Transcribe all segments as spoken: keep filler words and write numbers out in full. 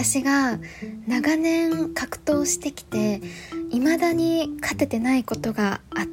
私が長年格闘してきて未だに勝ててないことがあって、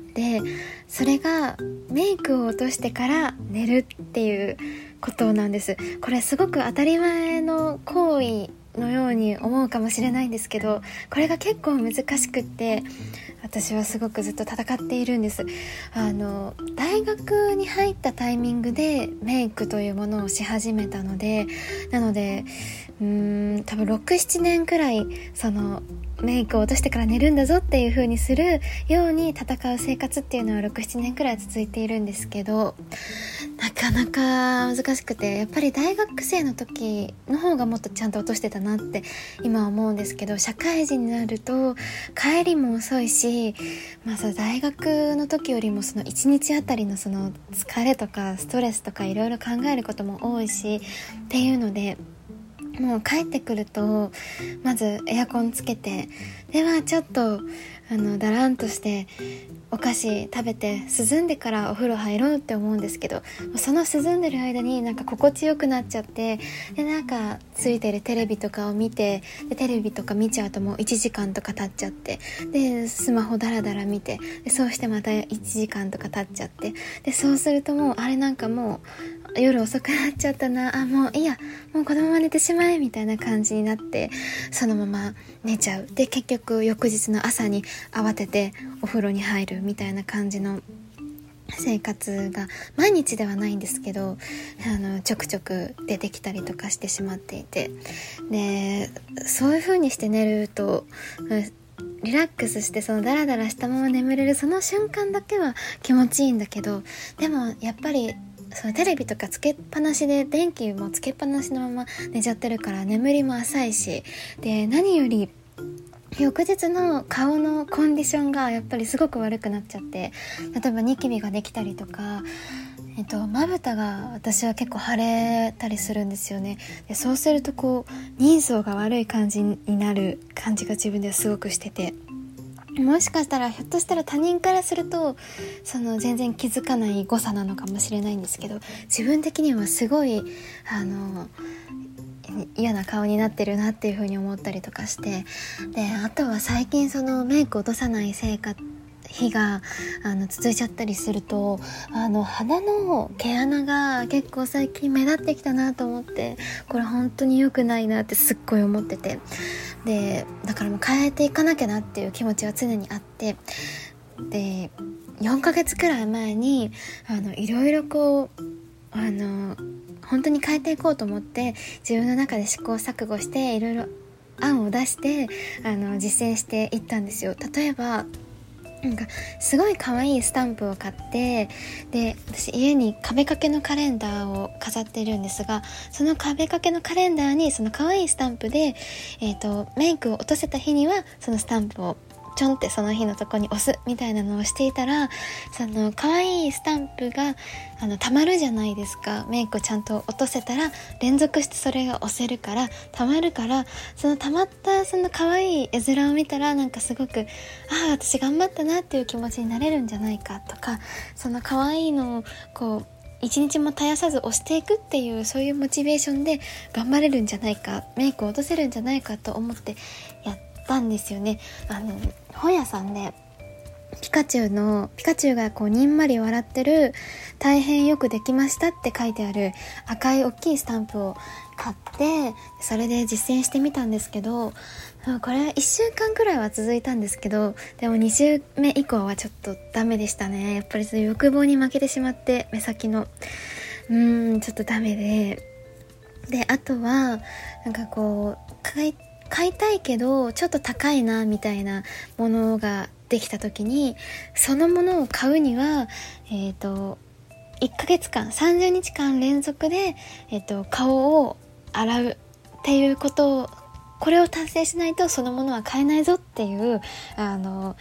それがメイクを落としてから寝るっていうことなんです。これすごく当たり前の行為のように思うかもしれないんですけど、これが結構難しくって、私はすごくずっと戦っているんです。あの大学に入ったタイミングでメイクというものをし始めたので、なのでうーん多分 ろく,なな 年くらいそのメイクを落としてから寝るんだぞっていう風にするように戦う生活っていうのは ろく,なな 年くらい続いているんですけど、なかなか難しくて、やっぱり大学生の時の方がもっとちゃんと落としてたなって今は思うんですけど、社会人になると帰りも遅いし、まあ、その大学の時よりもそのいちにちあたりのその疲れとかストレスとかいろいろ考えることも多いしっていうので、もう帰ってくるとまずエアコンつけて、ではちょっとあのだらんとしてお菓子食べて涼んでからお風呂入ろうって思うんですけど、その涼んでる間になんか心地よくなっちゃって、でなんかついてるテレビとかを見て、でテレビとか見ちゃうともういちじかんとか経っちゃって、でスマホダラダラ見て、でそうしてまたいちじかんとか経っちゃって、でそうするともうあれなんかもう夜遅くなっちゃったな、あもういいや、もうこのまま寝てしまえみたいな感じになって、そのまま寝ちゃう。で結局翌日の朝に慌ててお風呂に入るみたいな感じの生活が毎日ではないんですけど、あのちょくちょく出てきたりとかしてしまっていて、でそういう風にして寝るとリラックスして、そのダラダラしたまま眠れるその瞬間だけは気持ちいいんだけど、でもやっぱりそのテレビとかつけっぱなしで、電気もつけっぱなしのまま寝ちゃってるから眠りも浅いし、で何より翌日の顔のコンディションがやっぱりすごく悪くなっちゃって、例えばニキビができたりとか、えっと、まぶたが私は結構腫れたりするんですよね。でそうするとこう人相が悪い感じになる感じが自分ではすごくしてて、もしかしたらひょっとしたら他人からするとその全然気づかない誤差なのかもしれないんですけど、自分的にはすごいあの嫌な顔になってるなっていう風に思ったりとかして、であとは最近そのメイク落とさない生活日があの続いちゃったりすると、あの鼻の毛穴が結構最近目立ってきたなと思って、これ本当に良くないなってすっごい思ってて、でだからもう変えていかなきゃなっていう気持ちは常にあって、でよんかげつくらい前にあのいろいろこうあの本当に変えていこうと思って自分の中で試行錯誤していろいろ案を出してあの実践していったんですよ。例えばなんかすごい可愛いスタンプを買って、で私家に壁掛けのカレンダーを飾ってるんですが、その壁掛けのカレンダーにその可愛いスタンプで、えーと、メイクを落とせた日にはそのスタンプをちょんってその日のとこに押すみたいなのをしていたら、その可愛いスタンプがあの溜まるじゃないですか。メイクをちゃんと落とせたら連続してそれが押せるから溜まるから、その溜まったその可愛い絵面を見たらなんかすごく、ああ私頑張ったなっていう気持ちになれるんじゃないかとか、その可愛いのをこう一日も絶やさず押していくっていう、そういうモチベーションで頑張れるんじゃないか、メイクを落とせるんじゃないかと思ってやったんですよね。あの本屋さんでピカチュウのピカチュウがこうにんまり笑ってる大変よくできましたって書いてある赤い大きいスタンプを買って、それで実践してみたんですけど、これいっしゅうかんくらいは続いたんですけど、でもに週目以降はちょっとダメでしたね。やっぱりその欲望に負けてしまって、目先のうーんちょっとダメで、であとはなんかこう買い買いたいけどちょっと高いなみたいなものができた時に、そのものを買うにはえっといっかげつかんさんじゅうにちかん連続で、えっと顔を洗うっていうことを、これを達成しないとそのものは買えないぞっていうあの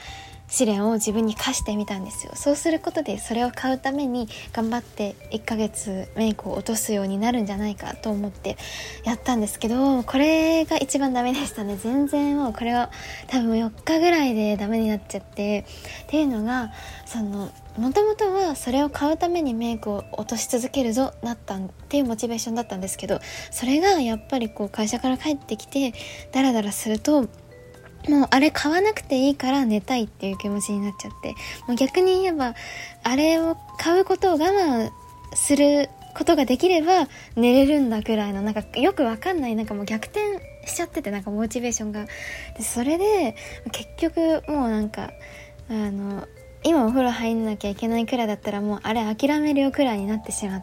試練を自分に課してみたんですよ。そうすることでそれを買うために頑張っていっかげつメイクを落とすようになるんじゃないかと思ってやったんですけど、これが一番ダメでしたね。全然もうこれは多分よっかぐらいでダメになっちゃって、っていうのがそのもともとはそれを買うためにメイクを落とし続けるぞなったっていうモチベーションだったんですけど、それがやっぱりこう会社から帰ってきてダラダラするともうあれ買わなくていいから寝たいっていう気持ちになっちゃって、もう逆に言えばあれを買うことを我慢することができれば寝れるんだくらいの、なんかよくわかんない、なんかもう逆転しちゃってて、なんかモチベーションがで、それで結局もうなんかあの今お風呂入んなきゃいけないくらいだったらもうあれ諦めるよくらいになってしまって、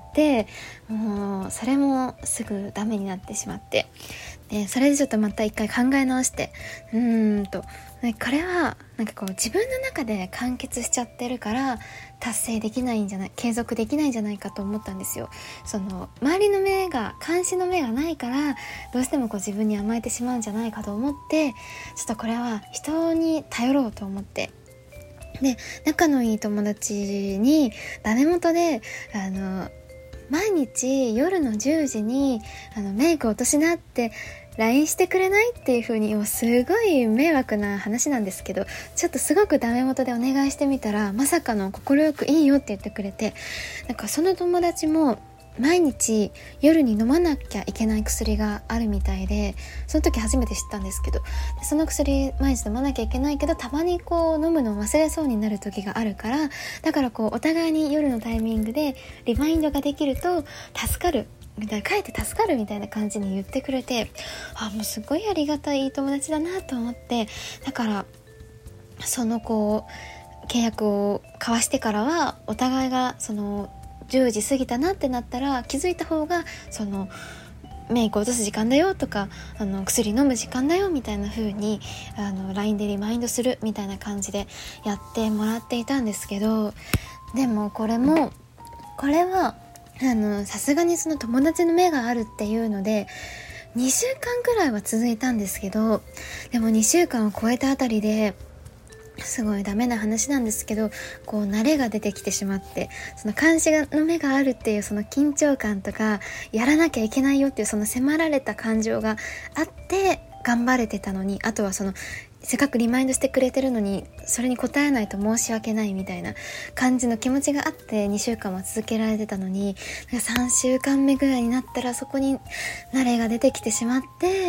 もうそれもすぐダメになってしまって、でそれでちょっとまた一回考え直して、うーんとこれはなんかこう自分の中で完結しちゃってるから達成できないんじゃない、継続できないんじゃないかと思ったんですよ。その周りの目が、監視の目がないからどうしてもこう自分に甘えてしまうんじゃないかと思って、ちょっとこれは人に頼ろうと思って、で仲のいい友達にダメ元であの毎日夜のじゅうじにあのメイク落としなって ライン してくれないっていう風に、もうすごい迷惑な話なんですけど、ちょっとすごくダメ元でお願いしてみたらまさかの快くいいよって言ってくれて、なんかその友達も毎日夜に飲まなきゃいけない薬があるみたいで、その時初めて知ったんですけど、その薬毎日飲まなきゃいけないけどたまにこう飲むのを忘れそうになる時があるから、だからこうお互いに夜のタイミングでリマインドができると助かるみたいな、かえって助かるみたいな感じに言ってくれて、あもうすごいありがたい友達だなと思って、だからそのこう契約を交わしてからはお互いがそのじゅうじ過ぎたなってなったら気づいた方がそのメイク落とす時間だよとか、あの薬飲む時間だよみたいな風にあの ライン でリマインドするみたいな感じでやってもらっていたんですけど、でもこれもこれはあのさすがにその友達の目があるっていうのでにしゅうかんくらいは続いたんですけど、でもにしゅうかんを超えたあたりですごいダメな話なんですけど、こう慣れが出てきてしまって、その監視の目があるっていうその緊張感とか、やらなきゃいけないよっていうその迫られた感情があって頑張れてたのに、あとはそのせっかくリマインドしてくれてるのにそれに応えないと申し訳ないみたいな感じの気持ちがあってにしゅうかんは続けられてたのに、さんしゅうかんめぐらいになったらそこに慣れが出てきてしまって、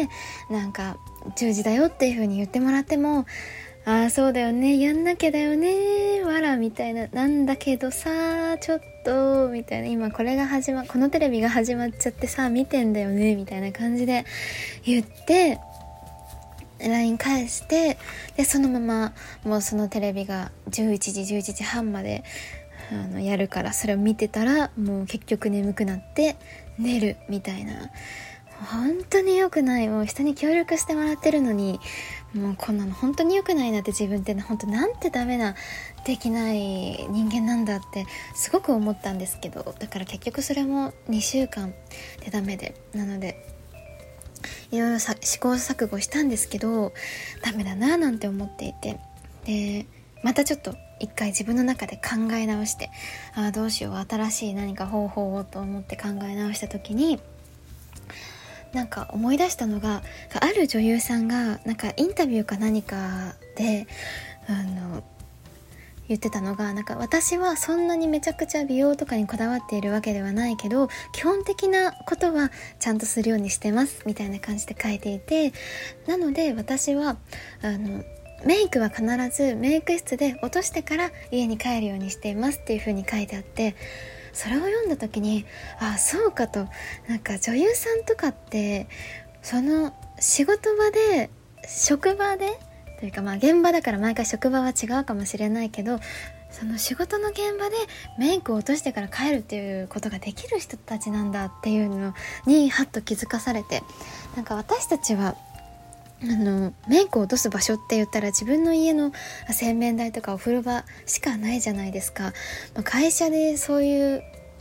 なんかじゅうじだよっていう風に言ってもらっても、ああそうだよね、やんなきゃだよねわらみたいな、なんだけどさちょっとみたいな、今これが始まこのテレビが始まっちゃってさ見てんだよねみたいな感じで言ってライン 返して、でそのままもうそのテレビがじゅういちじじゅういちじはんまであのやるから、それを見てたらもう結局眠くなって寝るみたいな、本当に良くない。もう人に協力してもらってるのにもうこんなの本当に良くないなって、自分って本当なんてダメなできない人間なんだってすごく思ったんですけど、だから結局それもにしゅうかんでダメで、なのでいろいろさ試行錯誤したんですけどダメだななんて思っていて、でまたちょっと一回自分の中で考え直して、あどうしよう新しい何か方法をと思って考え直した時に、なんか思い出したのが、ある女優さんがなんかインタビューか何かであの言ってたのが、なんか私はそんなにめちゃくちゃ美容とかにこだわっているわけではないけど基本的なことはちゃんとするようにしてますみたいな感じで書いていて、なので私はあのメイクは必ずメイク室で落としてから家に帰るようにしていますっていう風に書いてあって、それを読んだ時にあそうかと、なんか女優さんとかってその仕事場で職場でというか、まあ現場だから毎回職場は違うかもしれないけど、その仕事の現場でメイクを落としてから帰るっていうことができる人たちなんだっていうのにハッと気づかされて、なんか私たちはあのメイクを落とす場所って言ったら自分の家の洗面台とかお風呂場しかないじゃないですか。まあ、会社でそういう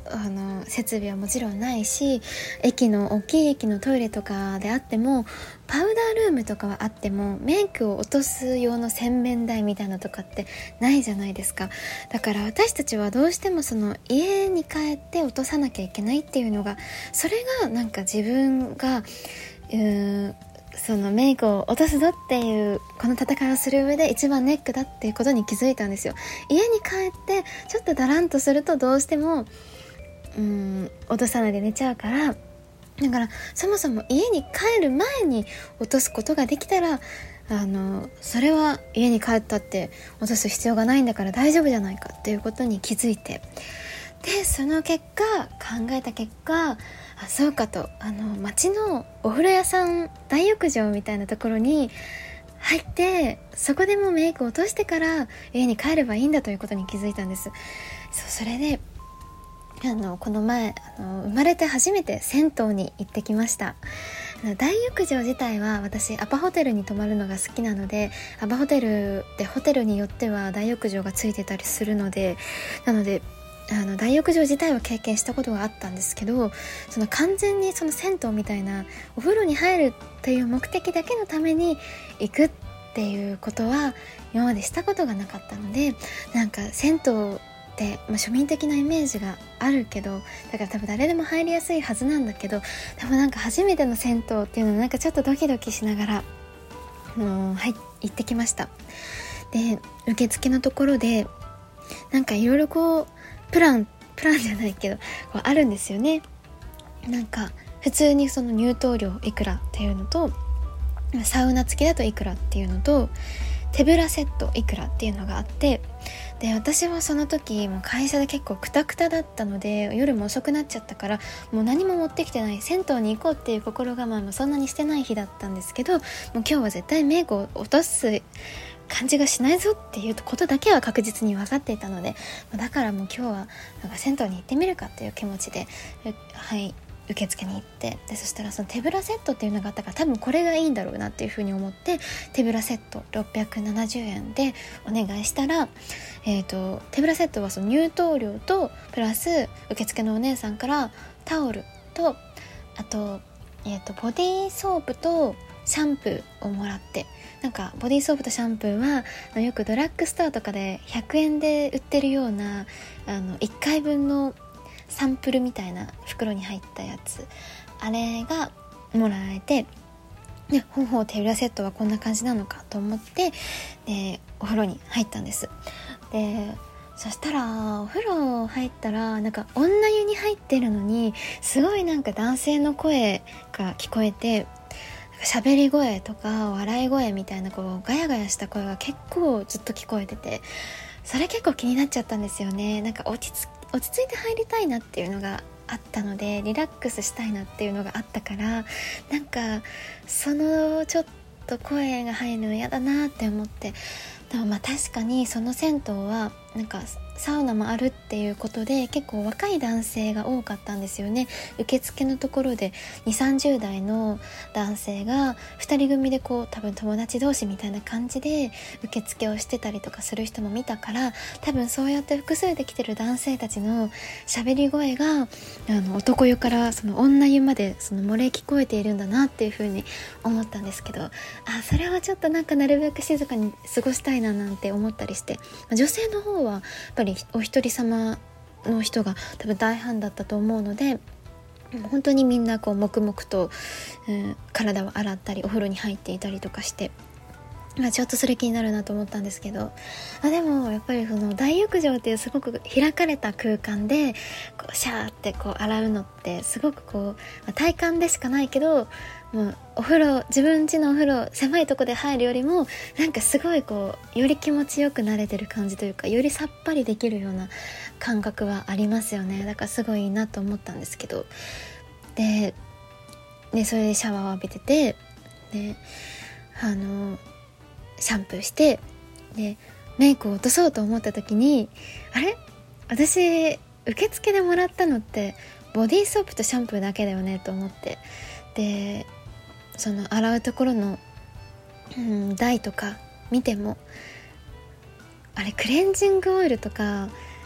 あの設備はもちろんないし、駅の大きい駅のトイレとかであってもパウダールームとかはあってもメイクを落とす用の洗面台みたいなとかってないじゃないですか。だから私たちはどうしてもその家に帰って落とさなきゃいけないっていうのが、それがなんか自分がうーんそのメイクを落とすぞっていうこの戦いをする上で一番ネックだっていうことに気づいたんですよ。家に帰ってちょっとだらんとするとどうしてもうーん落とさないで寝ちゃうから、だからそもそも家に帰る前に落とすことができたら、あのそれは家に帰ったって落とす必要がないんだから大丈夫じゃないかっていうことに気づいて、でその結果考えた結果、あそうかと、あの町のお風呂屋さん大浴場みたいなところに入ってそこでもメイクを落としてから家に帰ればいいんだということに気づいたんです。そうそれであのこの前あの生まれて初めて銭湯に行ってきました。大浴場自体は私アパホテルに泊まるのが好きなので、アパホテルでホテルによっては大浴場がついてたりするので、なのであの大浴場自体は経験したことがあったんですけど、その完全にその銭湯みたいなお風呂に入るという目的だけのために行くっていうことは今までしたことがなかったので、なんか銭湯で、まあ、庶民的なイメージがあるけど、だから多分誰でも入りやすいはずなんだけど、多分なんか初めての銭湯っていうのはなんかちょっとドキドキしながら、あのー、はい行ってきました。で受付のところでなんかいろいろこうプランプランじゃないけどこうあるんですよね。なんか普通にその入湯料いくらっていうのと、サウナ付きだといくらっていうのと、手ぶらセットいくらっていうのがあって、で私はその時もう会社で結構クタクタだったので夜も遅くなっちゃったから、もう何も持ってきてない、銭湯に行こうっていう心構えもそんなにしてない日だったんですけど、もう今日は絶対メイクを落とす感じがしないぞっていうことだけは確実に分かっていたので、だからもう今日はなんか銭湯に行ってみるかっていう気持ちで、はい受付に行って、でそしたらその手ぶらセットっていうのがあったから、多分これがいいんだろうなっていうふうに思って手ぶらセットろっぴゃくななじゅうえんでお願いしたら、えーと、手ぶらセットはその入湯料とプラス受付のお姉さんからタオルとあと,、えーとボディーソープとシャンプーをもらって、なんかボディーソープとシャンプーはよくドラッグストアとかでひゃくえんで売ってるようなあのいっかいぶんのサンプルみたいな袋に入ったやつ、あれがもらえて、でほうほう手ぶらセットはこんな感じなのかと思って、でお風呂に入ったんです。でそしたらお風呂入ったらなんか女湯に入ってるのにすごいなんか男性の声が聞こえて、喋り声とか笑い声みたいなこうガヤガヤした声が結構ずっと聞こえてて、それ結構気になっちゃったんですよね。なんか落ち着落ち着いて入りたいなっていうのがあったので、リラックスしたいなっていうのがあったから、なんかそのちょっと声が入るの嫌だなって思って、でもまあ確かにその銭湯はなんかサウナもあるっていうことで結構若い男性が多かったんですよね。受付のところでにじゅう、さんじゅう代の男性がふたり組でこう多分友達同士みたいな感じで受付をしてたりとかする人も見たから、多分そうやって複数で来てる男性たちの喋り声があの男湯からその女湯までその漏れ聞こえているんだなっていう風に思ったんですけど、あそれはちょっとなんかなるべく静かに過ごしたいななんて思ったりして、女性の方はやっぱりお一人様の人が多分大半だったと思うので、本当にみんなこう黙々と、うん、体を洗ったりお風呂に入っていたりとかして、まあ、ちょっとそれ気になるなと思ったんですけど、あでもやっぱりその大浴場っていうすごく開かれた空間でこうシャーってこう洗うのってすごくこう、まあ、体感でしかないけど、もうお風呂自分家のお風呂狭いとこで入るよりもなんかすごいこうより気持ちよくなれてる感じというか、よりさっぱりできるような感覚はありますよね。だからすごいいいなと思ったんですけど、で、でそれでシャワーを浴びてて、であのシャンプーして、でメイクを落とそうと思った時に、あれ私受付でもらったのってボディーソープとシャンプーだけだよねと思って、でその洗うところの、うん、台とか見ても、あれクレンジングオイルとか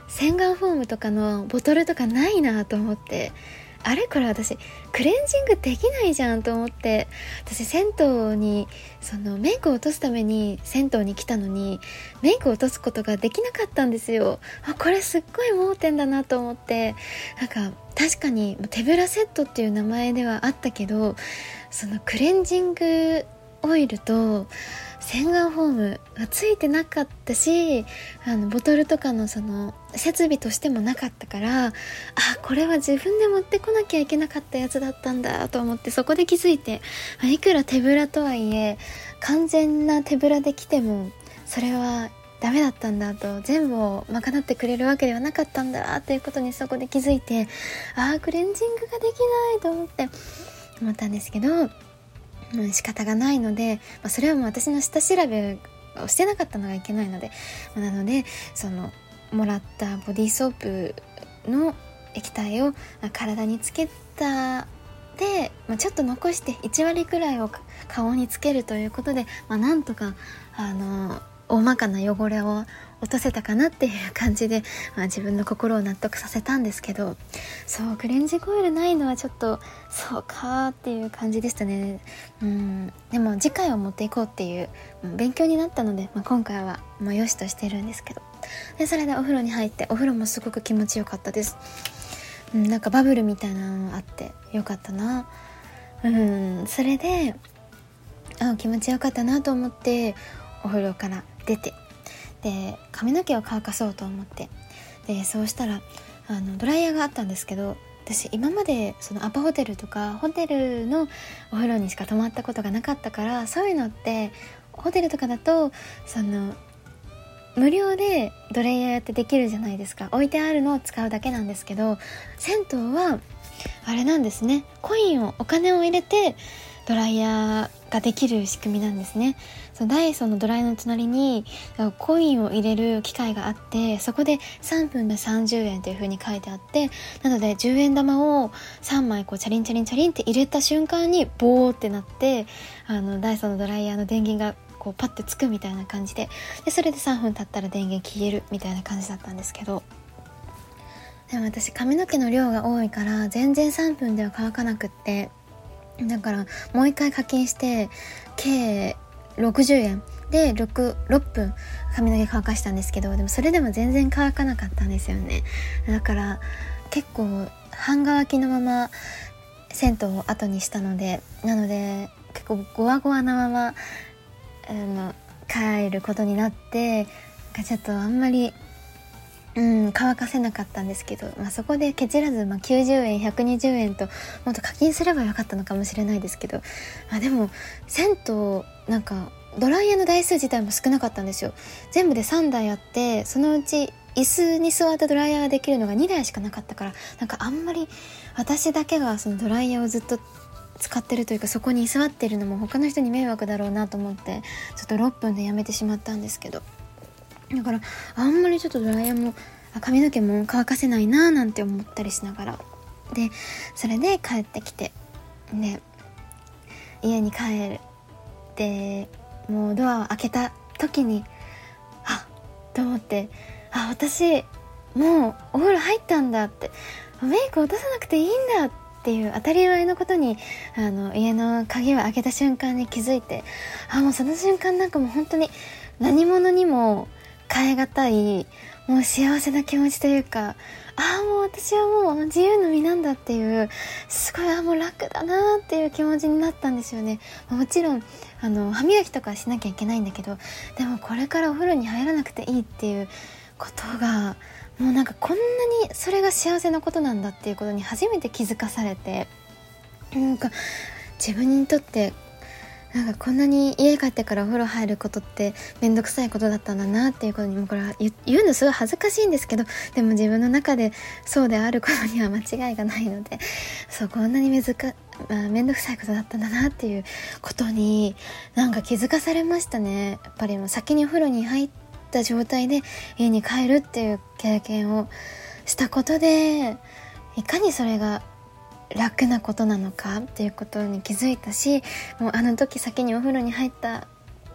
洗顔フォームとかのボトルとかないなと思って、あれこれ私クレンジングできないじゃんと思って、私銭湯にそのメイクを落とすために銭湯に来たのにメイクを落とすことができなかったんですよ。あ、これすっごい盲点だなと思って、なんか確かに手ブラセットっていう名前ではあったけど、そのクレンジングオイルと洗顔フォームがついてなかったし、あのボトルとかのその設備としてもなかったから、あ、これは自分で持ってこなきゃいけなかったやつだったんだと思って、そこで気づいて、いくら手ぶらとはいえ完全な手ぶらで来てもそれはダメだったんだと、全部を賄ってくれるわけではなかったんだっていうことにそこで気づいて、あークレンジングができないと思って思ったんですけど、うん、仕方がないので、まあ、それはもう私の下調べをしてなかったのがいけないので、まあ、なのでそのもらったボディーソープの液体を体につけたで、まあ、ちょっと残していち割くらいを顔につけるということで、まあ、なんとかあの大まかな汚れを落とせたかなっていう感じで、まあ、自分の心を納得させたんですけど、そうクレンジングオイルないのはちょっとそうかっていう感じでしたね。うん、でも次回を持っていこうっていう勉強になったので、まあ、今回はもうよしとしてるんですけど、でそれでお風呂に入って、お風呂もすごく気持ちよかったです。うん、なんかバブルみたいなのあってよかったな。うん、それであ気持ちよかったなと思ってお風呂から出て、で髪の毛を乾かそうと思って、でそうしたらあのドライヤーがあったんですけど、私今までそのアパホテルとかホテルのお風呂にしか泊まったことがなかったから、そういうのってホテルとかだとその無料でドライヤーってできるじゃないですか。置いてあるのを使うだけなんですけど、銭湯はあれなんですね、コインをお金を入れてドライヤーができる仕組みなんですね。そのダイソンのドライヤーの隣にコインを入れる機械があって、そこでさんぷんでさんじゅうえんという風に書いてあって、なのでじゅうえん玉をさんまいこうチャリンチャリンチャリンって入れた瞬間にボーってなって、あのダイソンのドライヤーの電源がこうパッてつくみたいな感じで、でそれでさんぷん経ったら電源消えるみたいな感じだったんですけど、でも私髪の毛の量が多いから全然さんぷんでは乾かなくって、だからもう一回課金して計ろくじゅうえんで 6, ろっぷん髪の毛乾かしたんですけど、でもそれでも全然乾かなかったんですよね。だから結構半乾きのまま銭湯を後にしたので、なので結構ゴワゴワなままあの帰ることになって、ちょっとあんまりうん乾かせなかったんですけど、まあ、そこでケチらず、まあ、きゅうじゅうえんひゃくにじゅうえんともっと課金すればよかったのかもしれないですけど、まあ、でも銭湯なんかドライヤーの台数自体も少なかったんですよ。全部でさんだいあって、そのうち椅子に座ったドライヤーができるのがにだいしかなかったから、なんかあんまり私だけがそのドライヤーをずっと使ってるというか、そこに居座ってるのも他の人に迷惑だろうなと思ってちょっとろっぷんでやめてしまったんですけど、だからあんまりちょっとドライヤーも髪の毛も乾かせないなーなんて思ったりしながら、でそれで帰ってきて、で家に帰るでもうドアを開けた時にあっと思って、あ私もうお風呂入ったんだって、メイク落とさなくていいんだっていう当たり前のことにあの家の鍵を開けた瞬間に気づいて、あもうその瞬間なんかもう本当に何者にも変え難いもう幸せな気持ちというか、ああもう私はもう自由の身なんだっていう、すごいあもう楽だなっていう気持ちになったんですよね。もちろんあの歯磨きとかしなきゃいけないんだけど、でもこれからお風呂に入らなくていいっていうことがもうなんかこんなにそれが幸せなことなんだっていうことに初めて気づかされて、なんか自分にとってなんかこんなに家帰ってからお風呂入ることってめんどくさいことだったんだなっていうことにも、これは言うのすごい恥ずかしいんですけど、でも自分の中でそうであることには間違いがないので、そうこんなにめずか、まあ、めんどくさいことだったんだなっていうことになんか気づかされましたね。やっぱりもう先にお風呂に入った状態で家に帰るっていう経験をしたことで、いかにそれが楽なことなのかっていうことに気づいたし、もうあの時先にお風呂に入った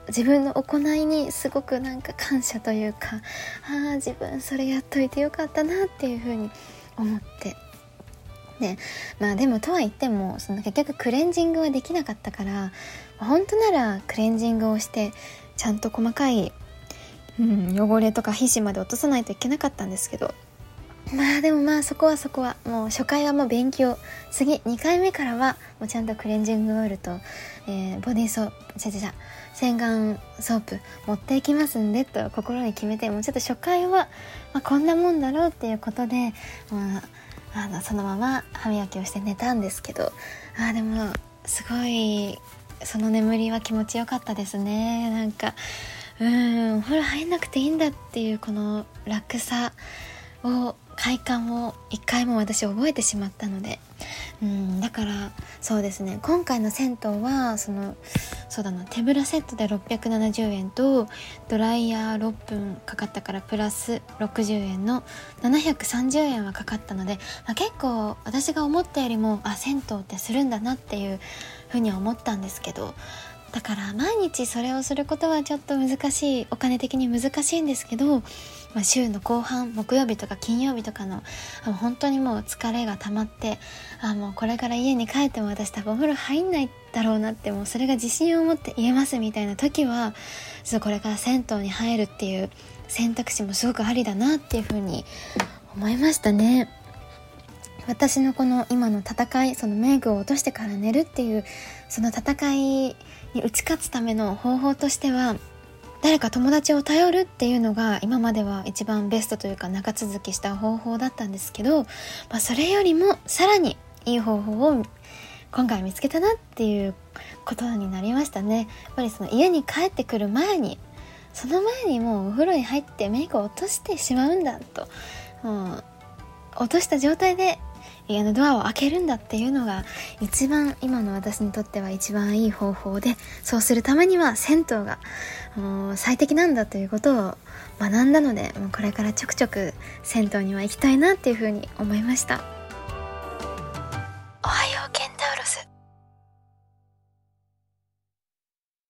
自分の行いにすごくなんか感謝というか、ああ自分それやっといてよかったなっていう風に思って、ね、まあでもとは言ってもその結局クレンジングはできなかったから、本当ならクレンジングをしてちゃんと細かい、うん、汚れとか皮脂まで落とさないといけなかったんですけど、まあでもまあそこはそこはもう初回はもう勉強、次にかいめからはもうちゃんとクレンジングオイルと、えー、ボディーソープちゃちゃちゃ洗顔ソープ持っていきますんでと心に決めて、もうちょっと初回は、まあ、こんなもんだろうっていうことで、まあ、あのそのまま歯磨きをして寝たんですけど、あでもすごいその眠りは気持ちよかったですね。なんかうーんお風呂入んなくていいんだっていうこの楽さを快感を一回も私覚えてしまったので、うんだからそうですね、今回の銭湯はそのそうだな手ぶらセットでろっぴゃくななじゅうえんとドライヤーろっぷんかかったからプラスろくじゅうえんのななひゃくさんじゅうえんはかかったので、まあ、結構私が思ったよりもあ銭湯ってするんだなっていうふうには思ったんですけど、だから毎日それをすることはちょっと難しい、お金的に難しいんですけど、まあ、週の後半木曜日とか金曜日とかのあ本当にもう疲れが溜まって、あもうこれから家に帰っても私多分お風呂入んないだろうなって、もうそれが自信を持って言えますみたいな時はちょっとこれから銭湯に入るっていう選択肢もすごくありだなっていうふうに思いましたね。私のこの今の戦い、そのメイクを落としてから寝るっていうその戦いに打ち勝つための方法としては、誰か友達を頼るっていうのが今までは一番ベストというか長続きした方法だったんですけど、まあ、それよりもさらにいい方法を今回見つけたなっていうことになりましたね。やっぱりその家に帰ってくる前に、その前にもうお風呂に入ってメイクを落としてしまうんだと、もう落とした状態で家のドアを開けるんだっていうのが一番今の私にとっては一番いい方法で、そうするためには銭湯がもう最適なんだということを学んだので、もうこれからちょくちょく銭湯には行きたいなっていうふうに思いました。